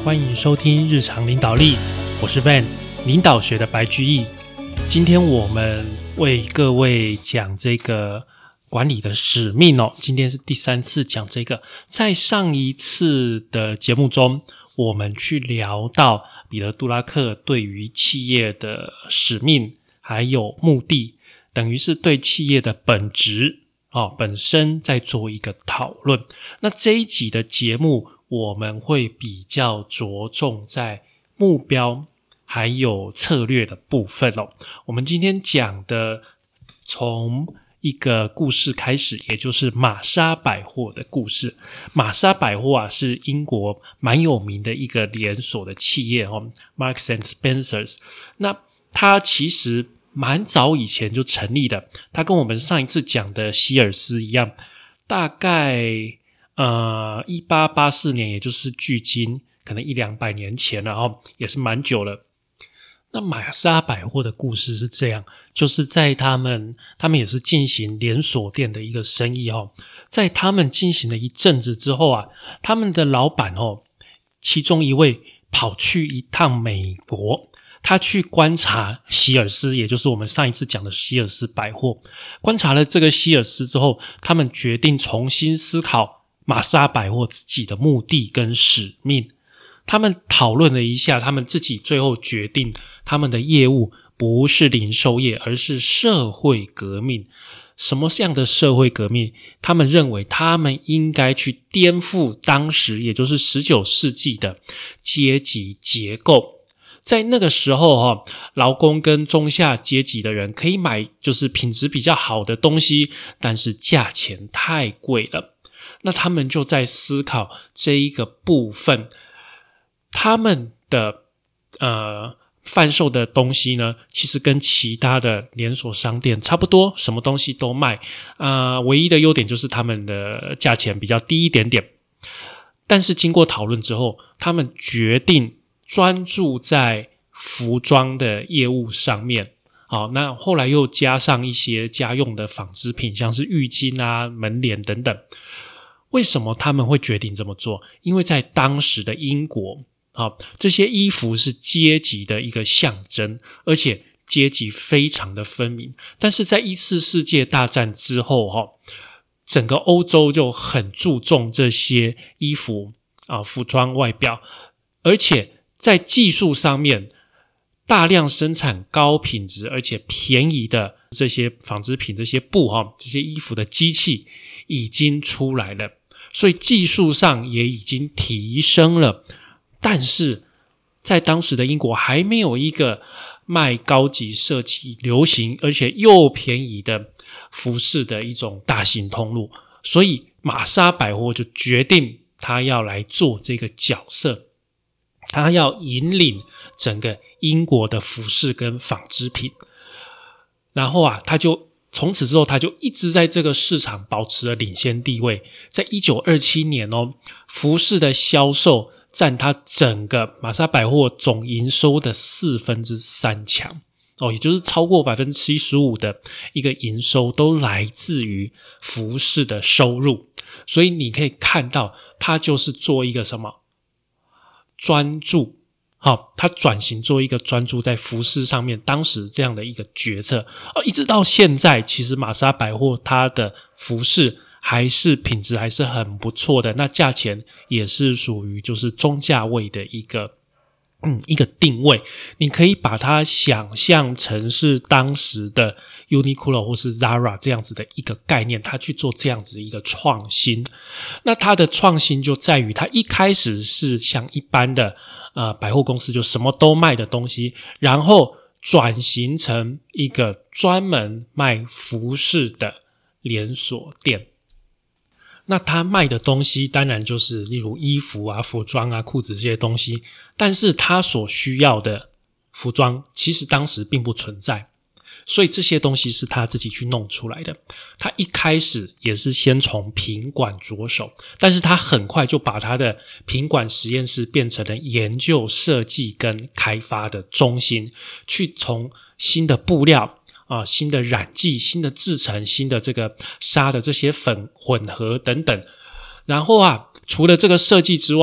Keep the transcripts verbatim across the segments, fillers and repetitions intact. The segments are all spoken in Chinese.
欢迎收听日常领导力，我是 Van， 领导学的白居易。今天我们为各位讲这个管理的使命哦，今天是第三次讲这个。在上一次的节目中，我们去聊到彼得·杜拉克对于企业的使命还有目的，等于是对企业的本质哦本身在做一个讨论。那这一集的节目我们会比较着重在目标还有策略的部分哦。我们今天讲的从一个故事开始，也就是玛莎百货的故事。玛莎百货啊，是英国蛮有名的一个连锁的企业哦 ，Marks and Spencers。那它其实蛮早以前就成立的，它跟我们上一次讲的希尔斯一样，大概呃一八八四年，也就是距今可能一两百年前了哦，也是蛮久了。那玛莎百货的故事是这样，就是在他们他们也是进行连锁店的一个生意哦，在他们进行了一阵子之后啊，他们的老板哦，其中一位跑去一趟美国，他去观察希尔斯，也就是我们上一次讲的希尔斯百货。观察了这个希尔斯之后，他们决定重新思考玛莎百货自己的目的跟使命。他们讨论了一下，他们自己最后决定他们的业务不是零售业，而是社会革命。什么样的社会革命？他们认为他们应该去颠覆当时也就是十九世纪的阶级结构。在那个时候哈，劳工跟中下阶级的人可以买就是品质比较好的东西，但是价钱太贵了。那他们就在思考这一个部分，他们的呃贩售的东西呢，其实跟其他的连锁商店差不多，什么东西都卖，呃，唯一的优点就是他们的价钱比较低一点点。但是经过讨论之后，他们决定专注在服装的业务上面。好，那后来又加上一些家用的纺织品，像是浴巾啊、门帘等等。为什么他们会决定这么做？因为在当时的英国，好，这些衣服是阶级的一个象征，而且阶级非常的分明。但是在一次世界大战之后，整个欧洲就很注重这些衣服啊、服装外表，而且在技术上面大量生产高品质而且便宜的这些纺织品，这些布这些衣服的机器已经出来了，所以技术上也已经提升了。但是在当时的英国还没有一个卖高级设计、流行而且又便宜的服饰的一种大型通路，所以玛莎百货就决定他要来做这个角色，他要引领整个英国的服饰跟纺织品。然后啊，他就从此之后他就一直在这个市场保持了领先地位。在一九二七年哦，服饰的销售占它整个玛莎百货总营收的四分之三强哦，也就是超过 百分之七十五 的一个营收都来自于服饰的收入。所以你可以看到它就是做一个什么专注，好，它转型做一个专注在服饰上面当时这样的一个决策哦，一直到现在其实玛莎百货它的服饰还是品质还是很不错的，那价钱也是属于就是中价位的一个嗯一个定位。你可以把它想象成是当时的 Uniqlo 或是 Zara 这样子的一个概念，它去做这样子的一个创新。那它的创新就在于它一开始是像一般的呃百货公司就什么都卖的东西，然后转型成一个专门卖服饰的连锁店。那他卖的东西当然就是例如衣服啊、服装啊、裤子这些东西，但是他所需要的服装其实当时并不存在，所以这些东西是他自己去弄出来的。他一开始也是先从品管着手，但是他很快就把他的品管实验室变成了研究设计跟开发的中心，去从新的布料啊，新的染剂、新的制成、新的这个纱的这些粉混合等等。然后啊，除了这个设计之外，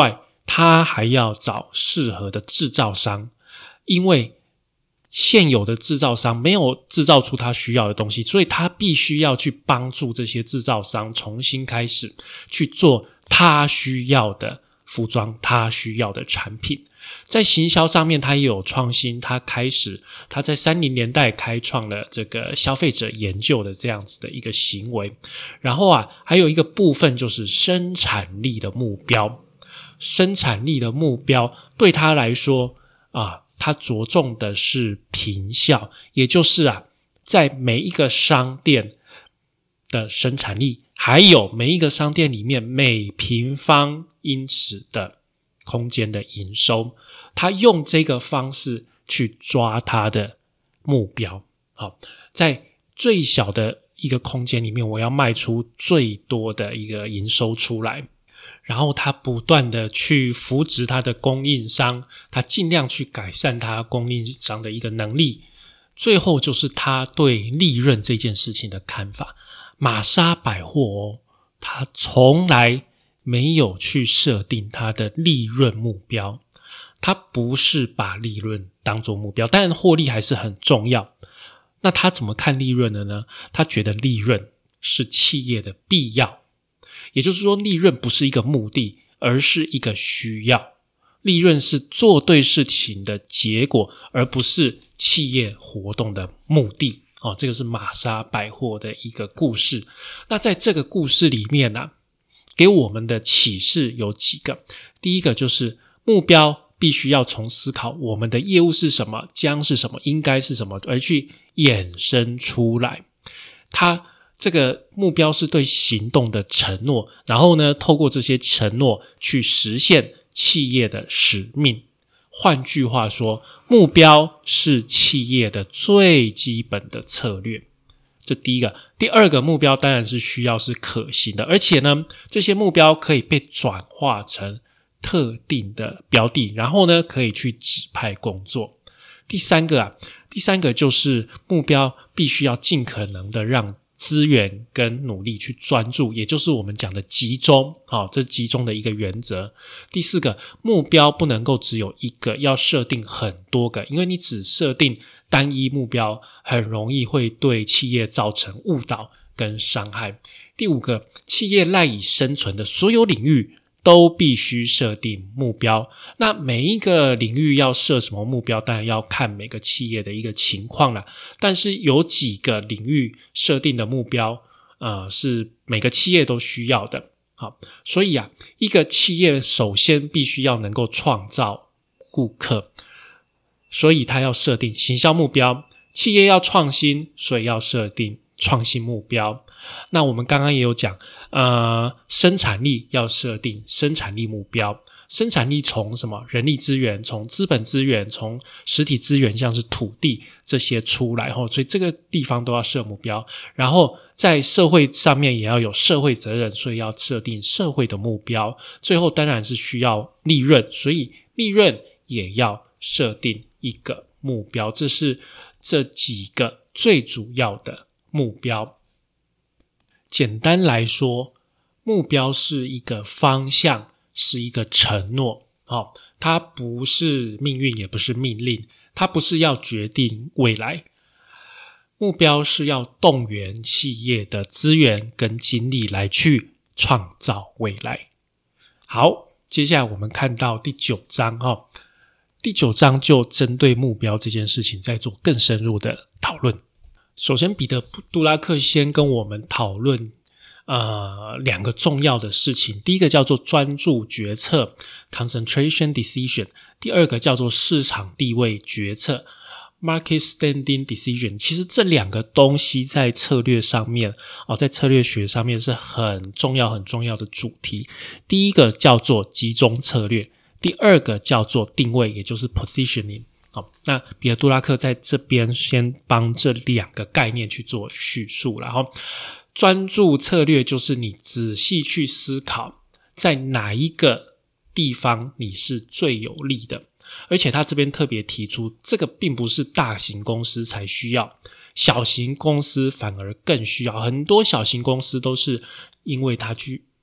他还要找适合的制造商，因为现有的制造商没有制造出他需要的东西，所以他必须要去帮助这些制造商重新开始去做他需要的服装，他需要的产品。在行销上面他也有创新，他开始他在三零年代开创了这个消费者研究的这样子的一个行为。然后啊，还有一个部分就是生产力的目标。生产力的目标对他来说啊，他着重的是坪效，也就是啊，在每一个商店的生产力，还有每一个商店里面每平方英尺的空间的营收，他用这个方式去抓他的目标。好，在最小的一个空间里面，我要卖出最多的一个营收出来。然后他不断的去扶植他的供应商，他尽量去改善他供应商的一个能力。最后就是他对利润这件事情的看法。玛莎百货哦，他从来没有去设定他的利润目标，他不是把利润当作目标，但获利还是很重要。那他怎么看利润的呢？他觉得利润是企业的必要，也就是说利润不是一个目的，而是一个需要。利润是做对事情的结果，而不是企业活动的目的。哦，这个是玛莎百货的一个故事。那在这个故事里面啊，给我们的启示有几个。第一个就是目标必须要从思考我们的业务是什么，将是什么，应该是什么，而去衍生出来。它这个目标是对行动的承诺，然后呢，透过这些承诺去实现企业的使命。换句话说，目标是企业的最基本的策略。这第一个。第二个，目标当然是需要是可行的，而且呢，这些目标可以被转化成特定的标的，然后呢，可以去指派工作。第三个啊，第三个就是目标必须要尽可能的让资源跟努力去专注，也就是我们讲的集中。好，这是集中的一个原则。第四个，目标不能够只有一个，要设定很多个，因为你只设定单一目标，很容易会对企业造成误导跟伤害。第五个，企业赖以生存的所有领域都必须设定目标。那每一个领域要设什么目标，当然要看每个企业的一个情况啦。但是有几个领域设定的目标，呃，是每个企业都需要的。好，所以啊，一个企业首先必须要能够创造顾客，所以它要设定行销目标。企业要创新，所以要设定创新目标。那我们刚刚也有讲，呃，生产力要设定生产力目标。生产力从什么？人力资源，从资本资源，从实体资源，像是土地这些出来，所以这个地方都要设目标。然后在社会上面也要有社会责任，所以要设定社会的目标。最后当然是需要利润，所以利润也要设定一个目标。这是这几个最主要的目标。简单来说，目标是一个方向，是一个承诺。哦，它不是命运，也不是命令，它不是要决定未来。目标是要动员企业的资源跟精力来去创造未来。好，接下来我们看到第九章。哦，第九章就针对目标这件事情再做更深入的讨论。首先，彼得·杜拉克先跟我们讨论呃两个重要的事情。第一个叫做专注决策 concentration decision， 第二个叫做市场地位决策 market standing decision。 其实这两个东西在策略上面，哦，在策略学上面是很重要很重要的主题。第一个叫做集中策略，第二个叫做定位，也就是 positioning。好，那彼得·杜拉克在这边先帮这两个概念去做叙述。然后专注策略就是你仔细去思考在哪一个地方你是最有利的，而且他这边特别提出，这个并不是大型公司才需要，小型公司反而更需要。很多小型公司都是因为他去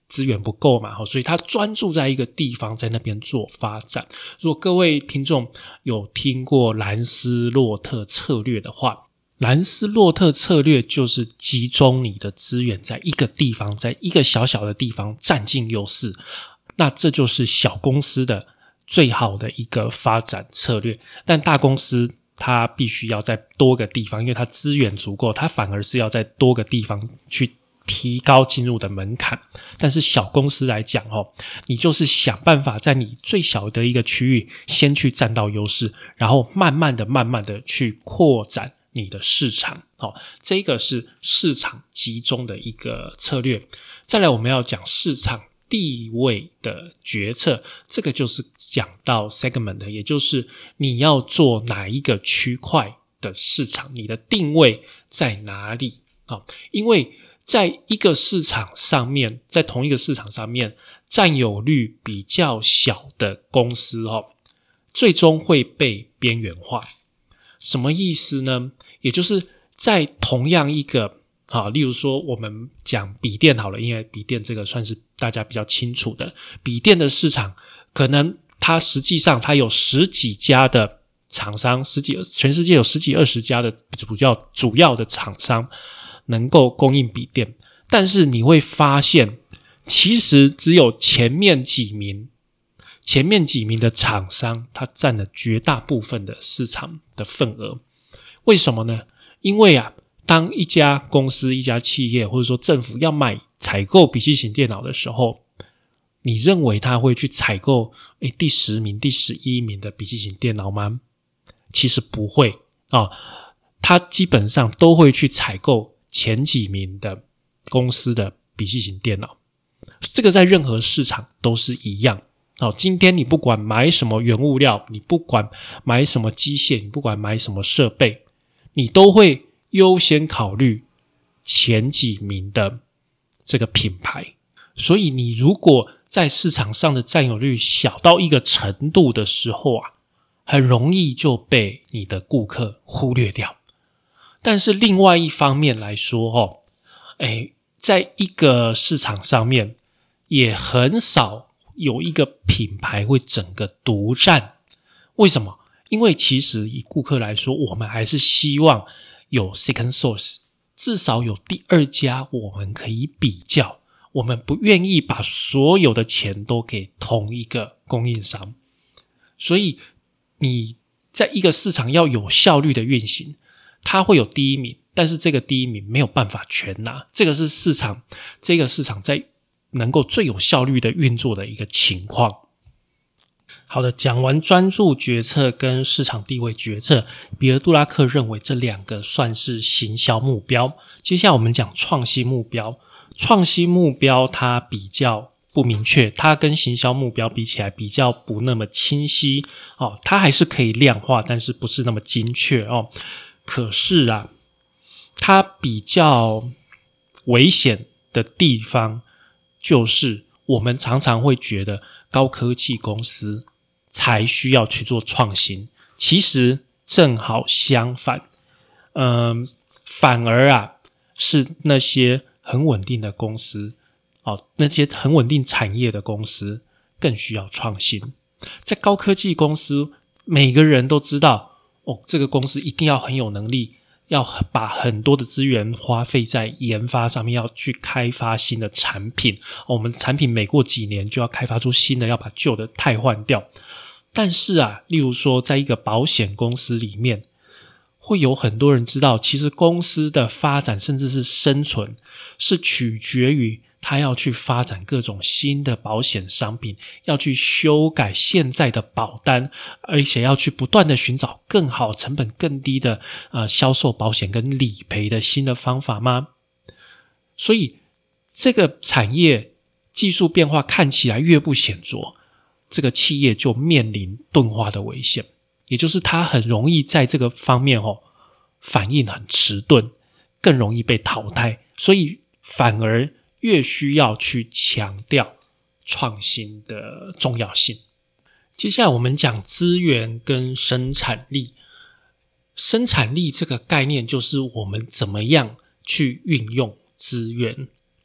资源不够嘛，所以他专注在一个地方，在那边做发展。如果各位听众有听过兰斯洛特策略的话，兰斯洛特策略就是集中你的资源在一个地方，在一个小小的地方占尽优势，那这就是小公司的最好的一个发展策略。但大公司它必须要在多个地方，因为它资源足够，它反而是要在多个地方去提高进入的门槛。但是小公司来讲哦，你就是想办法在你最小的一个区域先去占到优势，然后慢慢的慢慢的去扩展你的市场。哦，这个是市场集中的一个策略。再来我们要讲市场地位的决策，这个就是讲到 segment， 也就是你要做哪一个区块的市场，你的定位在哪里。哦，因为在一个市场上面，在同一个市场上面，占有率比较小的公司哦，最终会被边缘化。什么意思呢？也就是在同样一个好，例如说我们讲笔电好了，因为笔电这个算是大家比较清楚的，笔电的市场可能它实际上它有十几家的厂商，十几全世界有十几二十家的主要主要的厂商能够供应笔电，但是你会发现其实只有前面几名前面几名的厂商它占了绝大部分的市场的份额。为什么呢？因为啊，当一家公司一家企业或者说政府要买采购笔记型电脑的时候，你认为他会去采购诶第十名第十一名的笔记型电脑吗？其实不会啊，他基本上都会去采购前几名的公司的笔记型电脑。这个在任何市场都是一样。哦，今天你不管买什么原物料，你不管买什么机械，你不管买什么设备，你都会优先考虑前几名的这个品牌。所以你如果在市场上的占有率小到一个程度的时候啊，很容易就被你的顾客忽略掉。但是另外一方面来说哦，诶，在一个市场上面也很少有一个品牌会整个独占。为什么？因为其实以顾客来说，我们还是希望有 second source， 至少有第二家我们可以比较。我们不愿意把所有的钱都给同一个供应商。所以你在一个市场要有效率的运行，它会有第一名，但是这个第一名没有办法全拿。这个是市场这个市场在能够最有效率的运作的一个情况。好的，讲完专注决策跟市场地位决策，比尔·杜拉克认为这两个算是行销目标。接下来我们讲创新目标。创新目标它比较不明确，它跟行销目标比起来比较不那么清晰哦，它还是可以量化，但是不是那么精确哦。可是啊，它比较危险的地方就是我们常常会觉得高科技公司才需要去做创新，其实正好相反，嗯，反而啊是那些很稳定的公司哦，那些很稳定产业的公司更需要创新。在高科技公司，每个人都知道哦，这个公司一定要很有能力，要把很多的资源花费在研发上面，要去开发新的产品、哦、我们产品每过几年就要开发出新的，要把旧的汰换掉。但是啊，例如说在一个保险公司里面，会有很多人知道，其实公司的发展甚至是生存是取决于他要去发展各种新的保险商品，要去修改现在的保单，而且要去不断的寻找更好、成本更低的呃销售保险跟理赔的新的方法吗？所以这个产业技术变化看起来越不显著，这个企业就面临钝化的危险，也就是它很容易在这个方面哦反应很迟钝，更容易被淘汰，所以反而越需要去强调创新的重要性。接下来我们讲资源跟生产力。生产力这个概念就是我们怎么样去运用资源。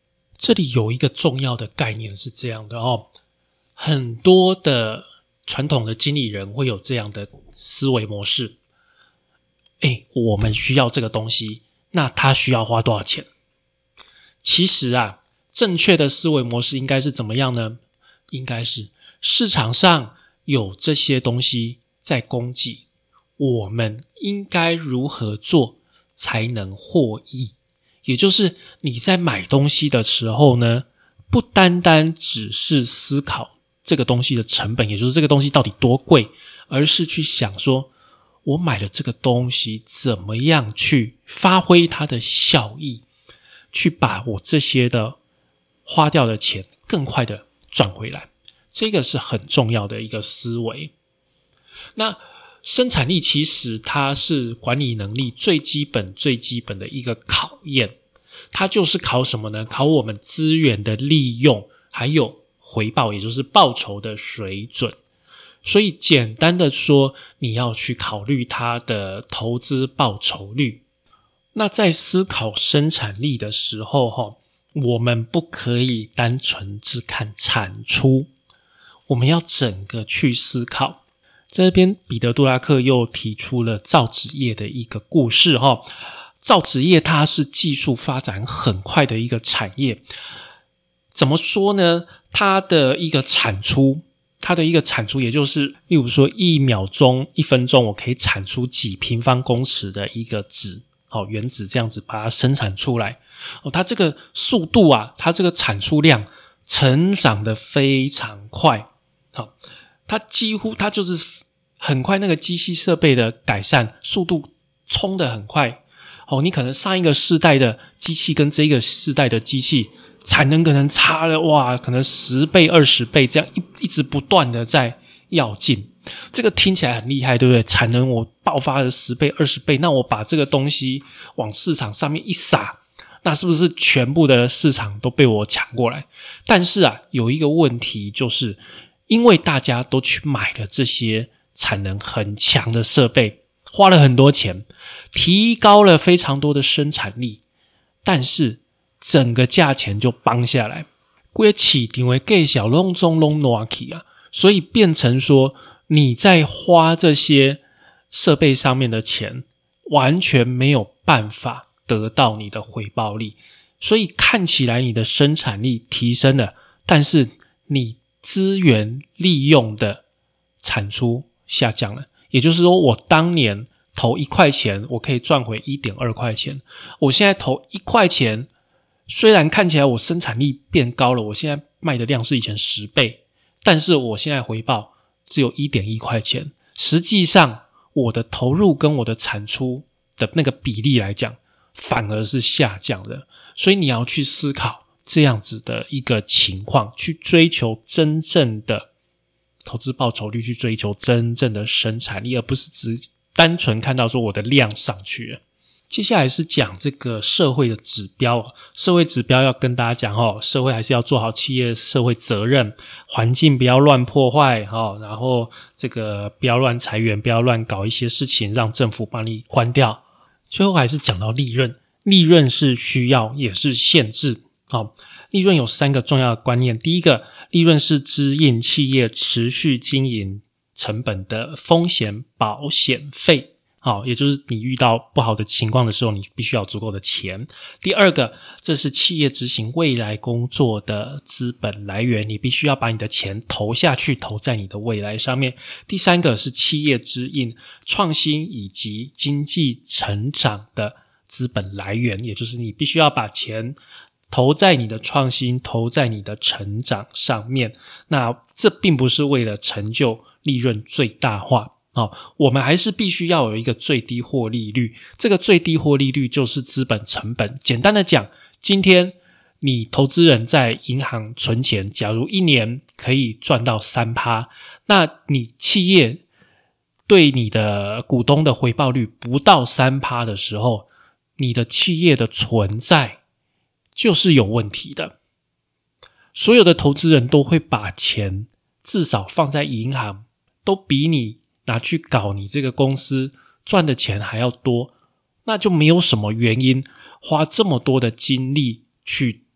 这里有一个重要的概念是这样的哦，很多的传统的经理人会有这样的思维模式，诶，我们需要这个东西，那他需要花多少钱？其实啊，正确的思维模式应该是怎么样呢？应该是市场上有这些东西在供给，我们应该如何做才能获益？也就是你在买东西的时候呢，不单单只是思考这个东西的成本，也就是这个东西到底多贵，而是去想说我买了这个东西怎么样去发挥它的效益，去把我这些的花掉的钱更快的赚回来，这个是很重要的一个思维。那生产力其实它是管理能力最基本最基本的一个考验，它就是考什么呢？考我们资源的利用，还有回报，也就是报酬的水准。所以简单的说，你要去考虑它的投资报酬率。那在思考生产力的时候，我们不可以单纯只看产出，我们要整个去思考。在这边彼得·杜拉克又提出了造纸业的一个故事。造纸业它是技术发展很快的一个产业，怎么说呢？它的一个产出它的一个产出也就是例如说一秒钟一分钟我可以产出几平方公尺的一个纸，好，原子这样子把它生产出来。哦，它这个速度啊，它这个产出量成长得非常快。好，它几乎它就是很快，那个机器设备的改善速度冲得很快。哦，你可能上一个世代的机器跟这个世代的机器产能可能差了哇，可能十倍二十倍，这样一一直不断的在跃进。这个听起来很厉害，对不对？产能我爆发了十倍二十倍，那我把这个东西往市场上面一撒，那是不是全部的市场都被我抢过来？但是啊，有一个问题，就是因为大家都去买了这些产能很强的设备，花了很多钱，提高了非常多的生产力，但是整个价钱就崩下来，整个市场的价小拢总拢烂去啊，所以变成说你在花这些设备上面的钱完全没有办法得到你的回报力，所以看起来你的生产力提升了，但是你资源利用的产出下降了。也就是说，我当年投一块钱我可以赚回 一点二块钱，我现在投一块钱，虽然看起来我生产力变高了，我现在卖的量是以前十倍，但是我现在回报只有 一点一块钱，实际上我的投入跟我的产出的那个比例来讲反而是下降的。所以你要去思考这样子的一个情况，去追求真正的投资报酬率，去追求真正的生产力，而不是只单纯看到说我的量上去了。接下来是讲这个社会的指标，社会指标要跟大家讲哦，社会还是要做好企业社会责任，环境不要乱破坏哦，然后这个不要乱裁员，不要乱搞一些事情让政府帮你关掉。最后还是讲到利润，利润是需要也是限制哦。利润有三个重要的观念，第一个，利润是支应企业持续经营成本的风险保险费。好，也就是你遇到不好的情况的时候，你必须要有足够的钱。第二个，这是企业执行未来工作的资本来源，你必须要把你的钱投下去，投在你的未来上面。第三个是企业支应创新以及经济成长的资本来源，也就是你必须要把钱投在你的创新，投在你的成长上面。那这并不是为了成就利润最大化。哦，我们还是必须要有一个最低获利率，这个最低获利率就是资本成本。简单的讲，今天你投资人在银行存钱，假如一年可以赚到 百分之三， 那你企业对你的股东的回报率不到 百分之三 的时候，你的企业的存在就是有问题的。所有的投资人都会把钱至少放在银行，都比你拿去搞你这个公司赚的钱还要多，那就没有什么原因花这么多的精力去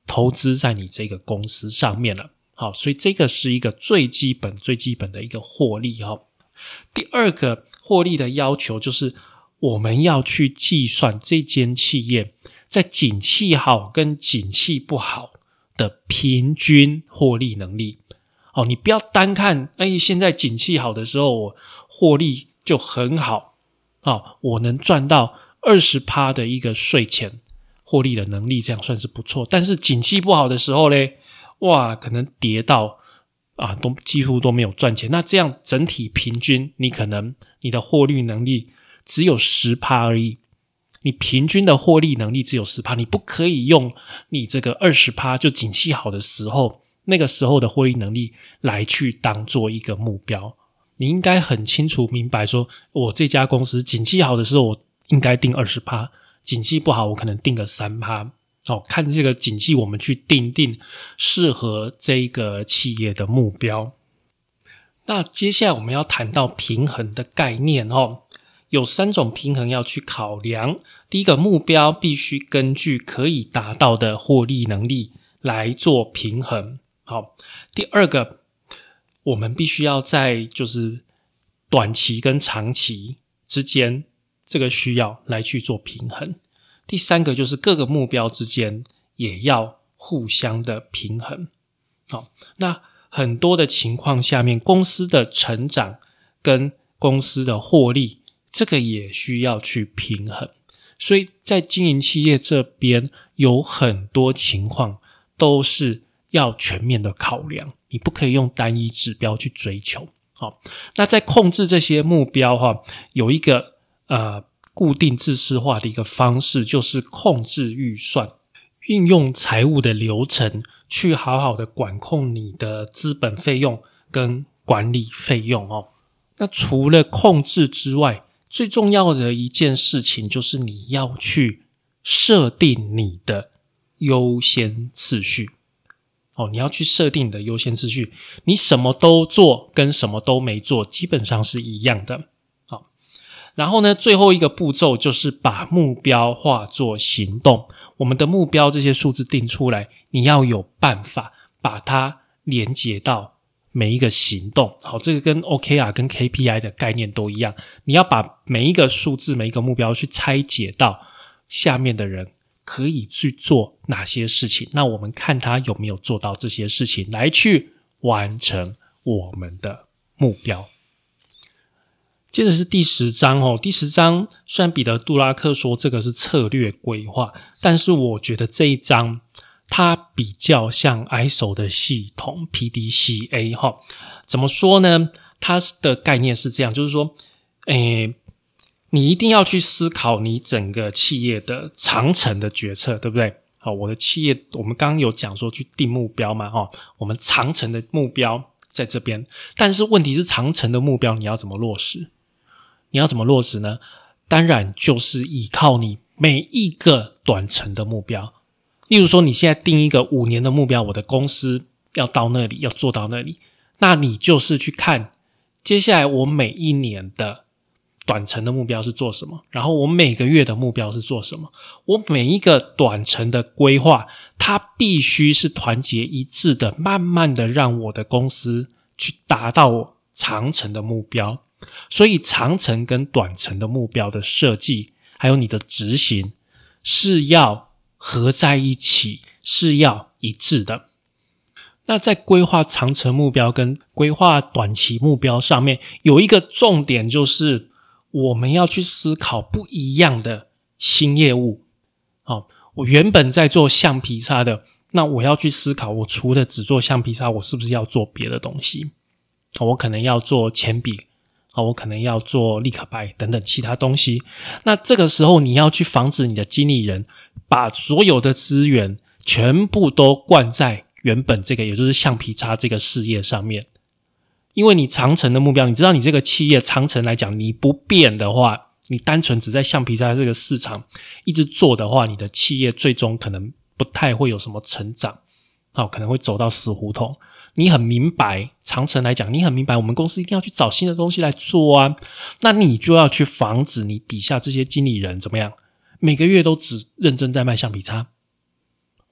投资在你这个公司上面了。好，所以这个是一个最基本最基本的一个获利哦。第二个获利的要求就是我们要去计算这间企业在景气好跟景气不好的平均获利能力。哦，你不要单看哎，现在景气好的时候我获利就很好，哦，我能赚到 百分之二十 的一个税前获利的能力，这样算是不错。但是景气不好的时候咧，哇，可能跌到啊，都几乎都没有赚钱。那这样整体平均，你可能你的获利能力只有 百分之十 而已。你平均的获利能力只有 百分之十， 你不可以用你这个 百分之二十 就景气好的时候，那个时候的获利能力来去当做一个目标。你应该很清楚明白说，我这家公司景气好的时候我应该定 百分之二十， 景气不好我可能定个 百分之三。哦，看这个景气我们去定定适合这个企业的目标。那接下来我们要谈到平衡的概念哦，有三种平衡要去考量。第一个，目标必须根据可以达到的获利能力来做平衡。好，第二个，我们必须要在就是短期跟长期之间这个需要来去做平衡。第三个就是各个目标之间也要互相的平衡。好，那很多的情况下面，公司的成长跟公司的获利，这个也需要去平衡。所以在经营企业这边有很多情况都是要全面的考量，你不可以用单一指标去追求。好，那在控制这些目标哈，有一个呃固定制式化的一个方式，就是控制预算，运用财务的流程去好好的管控你的资本费用跟管理费用哦。那除了控制之外，最重要的一件事情就是你要去设定你的优先次序。哦，你要去设定你的优先次序，你什么都做跟什么都没做基本上是一样的。好，然后呢，最后一个步骤就是把目标化作行动。我们的目标这些数字定出来，你要有办法把它连接到每一个行动。好，这个跟 O K R 跟 K P I 的概念都一样，你要把每一个数字每一个目标去拆解到下面的人可以去做哪些事情，那我们看他有没有做到这些事情来去完成我们的目标。接着是第十章哦，第十章虽然彼得·杜拉克说这个是策略规划，但是我觉得这一章它比较像 I S O 的系统 P D C A 哈。怎么说呢？它的概念是这样，就是说，诶，你一定要去思考你整个企业的长程的决策，对不对？好，我的企业我们刚刚有讲说去定目标嘛，哈，我们长程的目标在这边，但是问题是长程的目标你要怎么落实？你要怎么落实呢？当然就是依靠你每一个短程的目标。例如说你现在定一个五年的目标，我的公司要到那里，要做到那里，那你就是去看接下来我每一年的短程的目标是做什么，然后我每个月的目标是做什么。我每一个短程的规划，它必须是团结一致的，慢慢的让我的公司去达到我长程的目标。所以长程跟短程的目标的设计，还有你的执行是要合在一起，是要一致的。那在规划长程目标跟规划短期目标上面，有一个重点就是我们要去思考不一样的新业务。哦，我原本在做橡皮擦的，那我要去思考，我除了只做橡皮擦，我是不是要做别的东西？我可能要做铅笔，我可能要做立可白等等其他东西。那这个时候你要去防止你的经理人把所有的资源全部都灌在原本这个也就是橡皮擦这个事业上面。因为你长程的目标，你知道你这个企业长程来讲你不变的话，你单纯只在橡皮擦这个市场一直做的话，你的企业最终可能不太会有什么成长，哦，可能会走到死胡同。你很明白，长程来讲你很明白我们公司一定要去找新的东西来做啊，那你就要去防止你底下这些经理人怎么样，每个月都只认真在卖橡皮擦，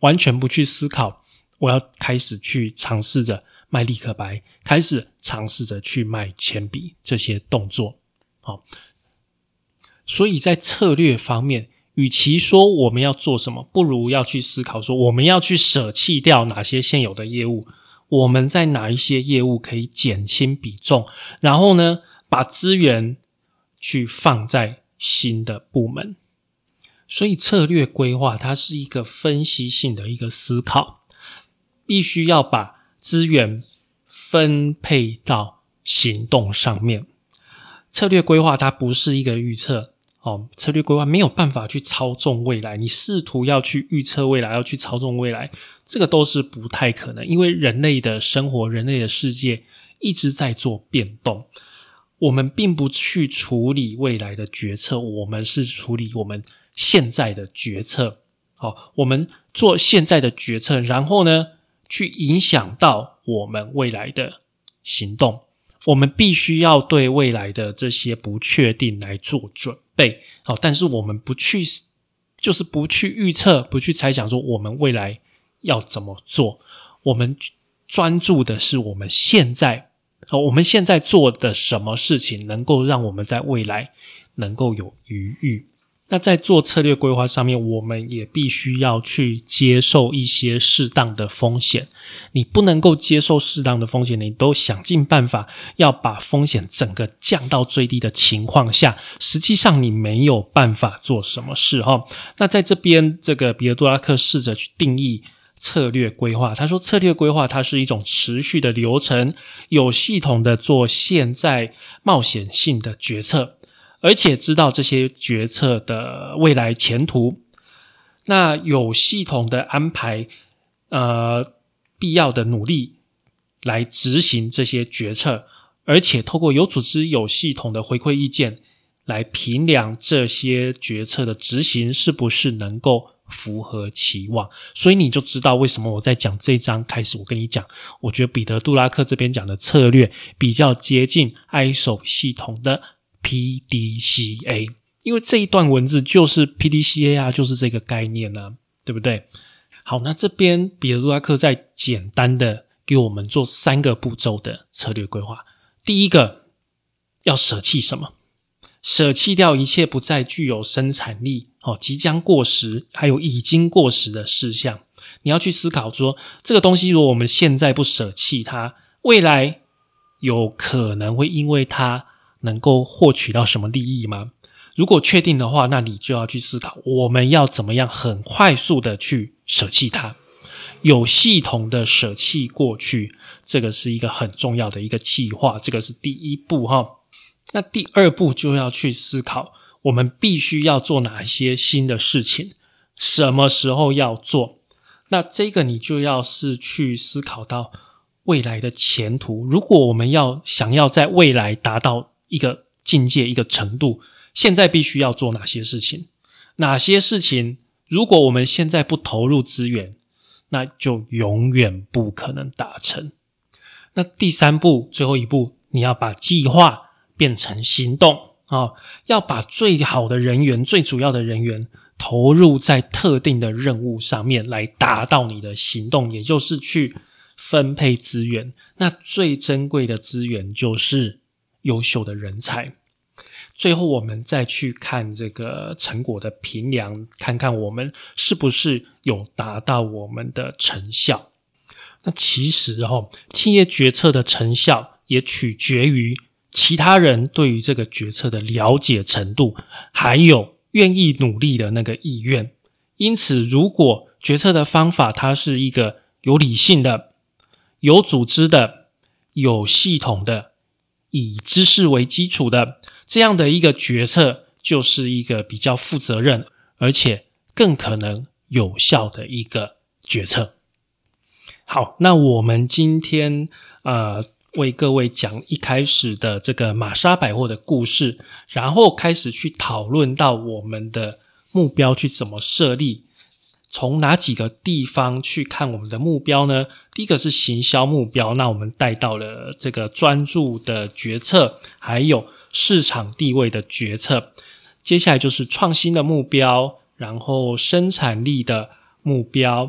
完全不去思考，我要开始去尝试着卖立可白，开始尝试着去卖铅笔这些动作。好，所以在策略方面，与其说我们要做什么，不如要去思考说我们要去舍弃掉哪些现有的业务，我们在哪一些业务可以减轻比重，然后呢把资源去放在新的部门。所以策略规划它是一个分析性的一个思考，必须要把资源分配到行动上面。策略规划它不是一个预测哦，策略规划没有办法去操纵未来，你试图要去预测未来，要去操纵未来，这个都是不太可能，因为人类的生活，人类的世界一直在做变动。我们并不去处理未来的决策，我们是处理我们现在的决策。好，我们做现在的决策，然后呢，去影响到我们未来的行动。我们必须要对未来的这些不确定来做准备。好，但是我们不去，就是不去预测，不去猜想说我们未来要怎么做。我们专注的是我们现在，我们现在做的什么事情能够让我们在未来能够有余裕。那在做策略规划上面，我们也必须要去接受一些适当的风险。你不能够接受适当的风险，你都想尽办法要把风险整个降到最低的情况下，实际上你没有办法做什么事齁。那在这边这个彼得·杜拉克试着去定义策略规划，他说策略规划它是一种持续的流程，有系统的做现在冒险性的决策，而且知道这些决策的未来前途，那有系统的安排呃必要的努力来执行这些决策，而且透过有组织有系统的回馈意见来评量这些决策的执行是不是能够符合期望。所以你就知道为什么我在讲这一章开始，我跟你讲，我觉得彼得·杜拉克这边讲的策略比较接近 I S O 系统的 P D C A， 因为这一段文字就是 P D C A 啊，就是这个概念啊，对不对？好，那这边彼得·杜拉克再简单的给我们做三个步骤的策略规划。第一个，要舍弃什么？舍弃掉一切不再具有生产力、哦、即将过时还有已经过时的事项。你要去思考说，这个东西如果我们现在不舍弃它，未来有可能会因为它能够获取到什么利益吗？如果确定的话，那你就要去思考我们要怎么样很快速的去舍弃它，有系统的舍弃过去，这个是一个很重要的一个计划，这个是第一步哈。那第二步就要去思考我们必须要做哪些新的事情，什么时候要做。那这个你就要是去思考到未来的前途，如果我们要想要在未来达到一个境界一个程度，现在必须要做哪些事情，哪些事情如果我们现在不投入资源，那就永远不可能达成。那第三步最后一步，你要把计划变成行动、哦、要把最好的人员最主要的人员投入在特定的任务上面来达到你的行动，也就是去分配资源。那最珍贵的资源就是优秀的人才。最后我们再去看这个成果的评量，看看我们是不是有达到我们的成效。那其实哦，企业决策的成效也取决于其他人对于这个决策的了解程度，还有愿意努力的那个意愿。因此如果决策的方法它是一个有理性的、有组织的、有系统的、以知识为基础的，这样的一个决策就是一个比较负责任而且更可能有效的一个决策。好，那我们今天呃为各位讲一开始的这个玛莎百货的故事，然后开始去讨论到我们的目标去怎么设立，从哪几个地方去看我们的目标呢？第一个是行销目标，那我们带到了这个专注的决策，还有市场地位的决策。接下来就是创新的目标，然后生产力的目标，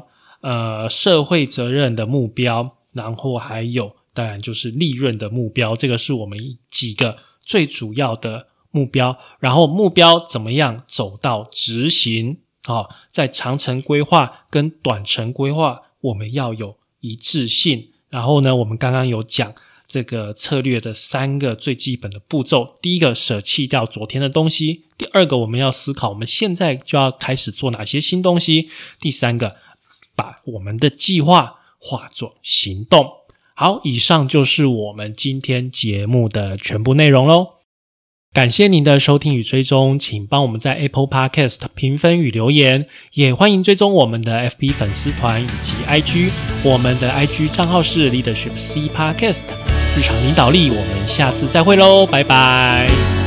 呃社会责任的目标，然后还有当然就是利润的目标，这个是我们几个最主要的目标。然后目标怎么样走到执行、哦、在长程规划跟短程规划我们要有一致性。然后呢，我们刚刚有讲这个策略的三个最基本的步骤，第一个舍弃掉昨天的东西，第二个我们要思考我们现在就要开始做哪些新东西，第三个把我们的计划化作行动。好，以上就是我们今天节目的全部内容咯。感谢您的收听与追踪，请帮我们在 Apple Podcast 评分与留言，也欢迎追踪我们的 F B 粉丝团以及 I G， 我们的 I G 账号是 Leadership C Podcast 日常领导力，我们下次再会咯，拜拜。